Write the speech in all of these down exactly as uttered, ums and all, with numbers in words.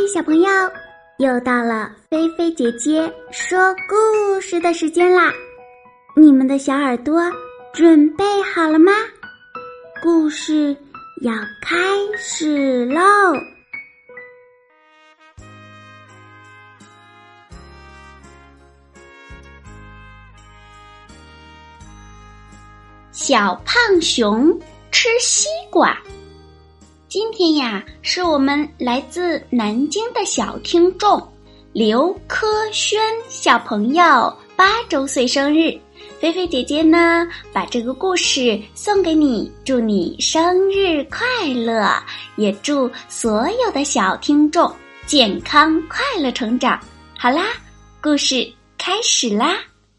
小朋友，又到了菲菲姐姐说故事的时间啦！你们的小耳朵准备好了吗？故事要开始喽！小胖熊吃西瓜。今天呀，是我们来自南京的小听众刘科轩小朋友八周岁生日，菲菲姐姐呢，把这个故事送给你，祝你生日快乐，也祝所有的小听众健康快乐成长。好啦，故事开始啦！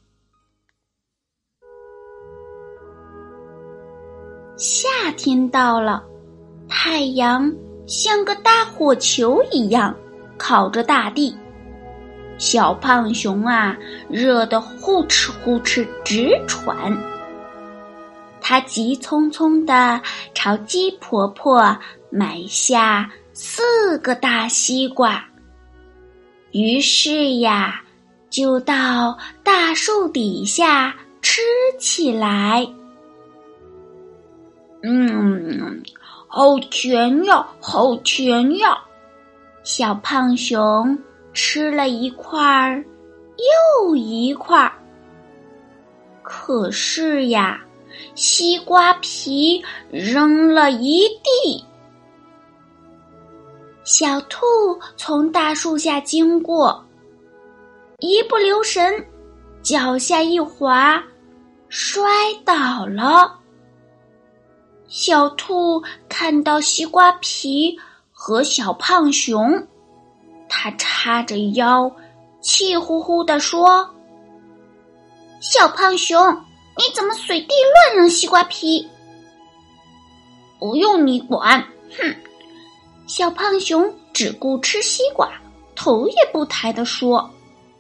夏天到了，太阳像个大火球一样烤着大地，小胖熊啊，热得呼哧呼哧直喘。他急匆匆地朝鸡婆婆买下四个大西瓜，于是呀，就到大树底下吃起来。嗯，好甜呀，好甜呀！小胖熊吃了一块儿又一块儿，可是呀，西瓜皮扔了一地。小兔从大树下经过，一不留神，脚下一滑，摔倒了。小兔看到西瓜皮和小胖熊，它叉着腰，气呼呼地说：“小胖熊，你怎么随地乱扔西瓜皮？”“不用你管。”哼！小胖熊只顾吃西瓜，头也不抬地说。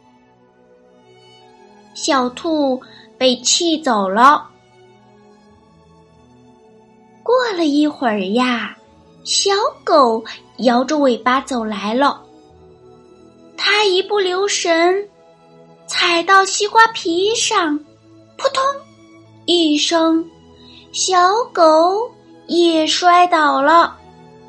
小兔被气走了。过了一会儿呀，小狗摇着尾巴走来了。它一不留神，踩到西瓜皮上，扑通一声，小狗也摔倒了。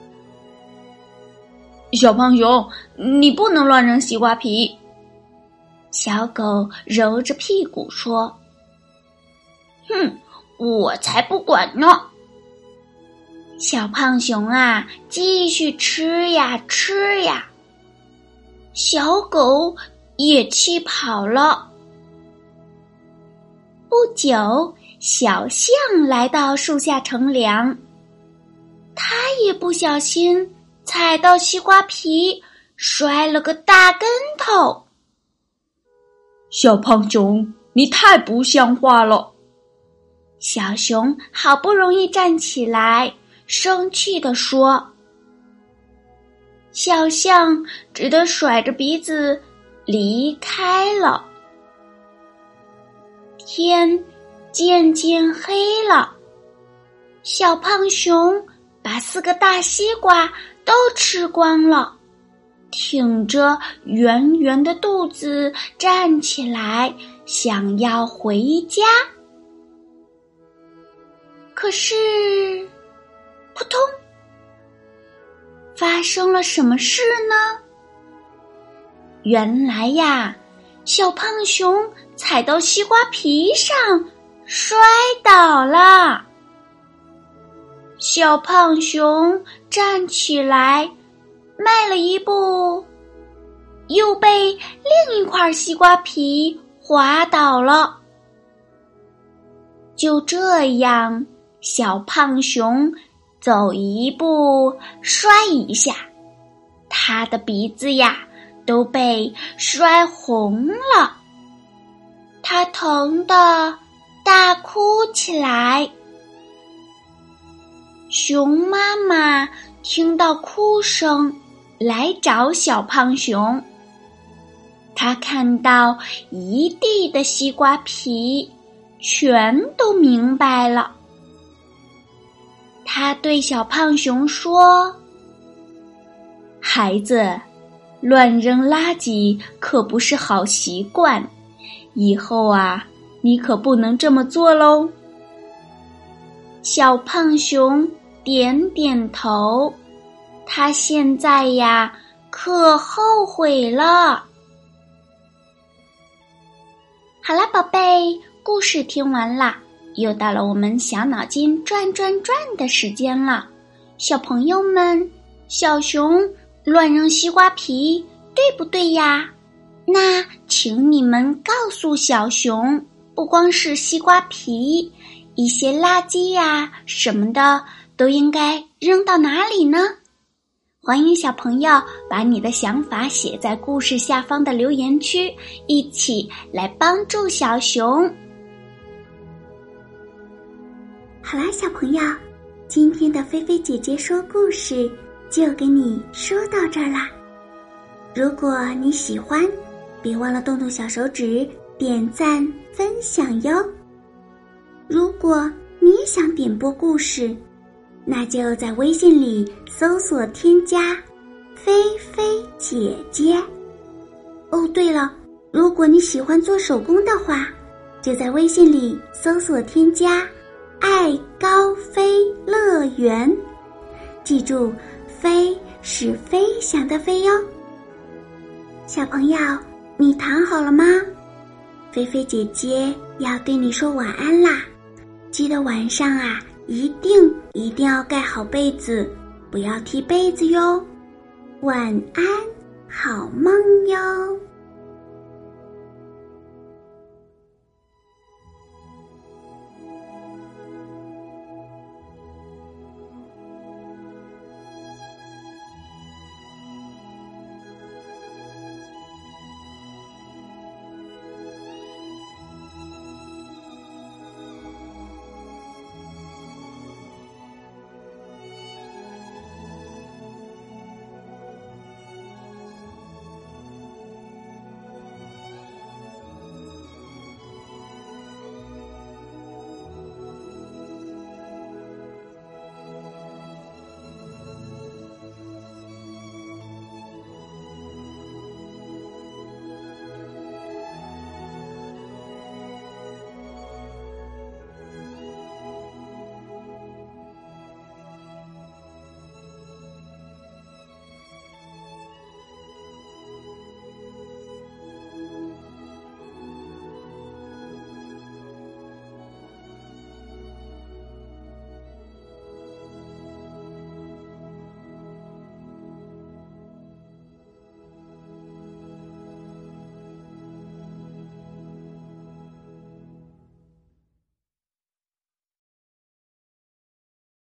小胖熊，你不能乱扔西瓜皮。小狗揉着屁股说：“哼，我才不管呢。”小胖熊啊，继续吃呀吃呀，小狗也气跑了。不久，小象来到树下乘凉，它也不小心踩到西瓜皮，摔了个大跟头。 小胖熊，你太不像话了！ 小熊好不容易站起来，生气地说。小象只得甩着鼻子离开了。天渐渐黑了，小胖熊把四个大西瓜都吃光了，挺着圆圆的肚子站起来，想要回家。可是扑通，发生了什么事呢？原来呀，小胖熊踩到西瓜皮上，摔倒了。小胖熊站起来，迈了一步，又被另一块西瓜皮滑倒了。就这样，小胖熊走一步摔一下，他的鼻子呀都被摔红了，他疼得大哭起来。熊妈妈听到哭声，来找小胖熊。她看到一地的西瓜皮，全都明白了。他对小胖熊说：“孩子， 乱扔垃圾可不是好习惯，以后啊，你可不能这么做喽。 小胖熊点点头，他现在呀，可后悔了。好啦，宝贝，故事听完啦，又到了我们小脑筋转转转的时间了。小朋友们，小熊乱扔西瓜皮，对不对呀？那请你们告诉小熊，不光是西瓜皮，一些垃圾呀什么的都应该扔到哪里呢？欢迎小朋友把你的想法写在故事下方的留言区，一起来帮助小熊。 好啦，小朋友，今天的菲菲姐姐说故事就给你说到这儿啦。如果你喜欢，别忘了动动小手指点赞分享哟。如果你也想点播故事，那就在微信里搜索添加菲菲姐姐。哦，对了，如果你喜欢做手工的话，就在微信里搜索添加爱高飞乐园。记住，飞是飞翔的飞哟。小朋友，你躺好了吗？菲菲姐姐要对你说晚安啦，记得晚上啊，一定一定要盖好被子，不要踢被子哟。晚安，好梦哟。